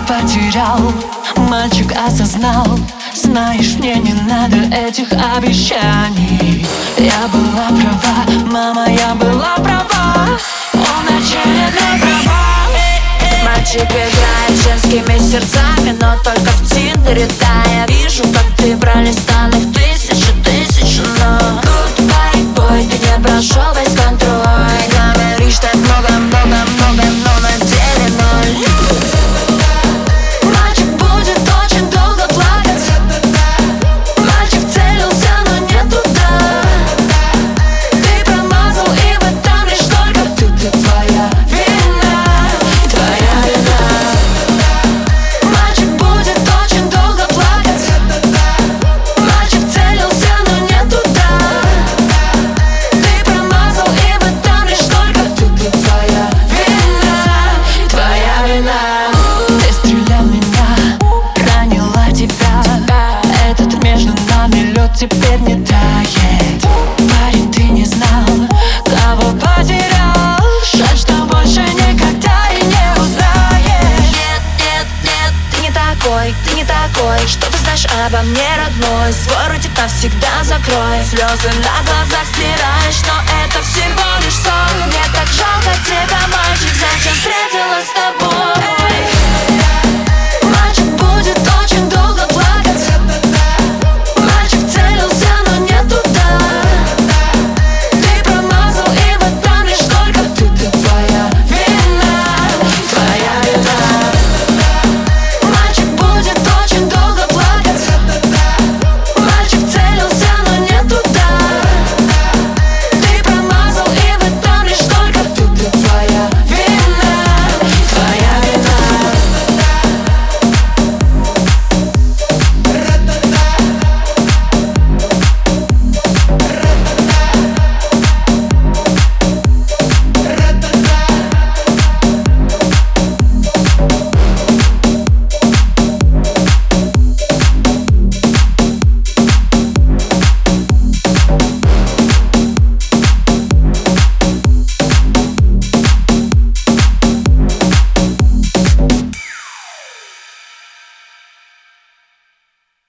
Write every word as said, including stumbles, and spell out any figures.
потерял, мальчик осознал. Знаешь, мне не надо этих обещаний. Я была права, мама, я была права. Он очередной права. Мальчик играет женскими сердцами, но только в Тиндере. Да, я вижу, как ты пролистал их тысячи, тысячи. Но goodbye, boy, ты не прошел весь контроль. Говоришь так много, много, много, но на деле ноль. Мальчик будет очень долго плакать. Мальчик целился, но не туда. Ты промазал, и в этом лишь только ты, ты твоя вина, твоя вина. Мальчик будет очень долго плакать. Мальчик целился, но не туда. Ты промазал, и в этом лишь только ты, ты твоя вина, твоя вина. Ты стрелял в меня, ранила тебя. Этот между нами лед теперь не тает. Парень, ты не знал, кого потерял. Жаль, что больше никогда и не узнаешь. Нет, нет, нет, ты не такой, ты не такой. Что ты знаешь обо мне, родной? Свой ротик навсегда закрой. Слезы на глазах стираешь, но это всего лишь сон. Мне так жалко тебя, мальчик, зачем встретилась с тобой?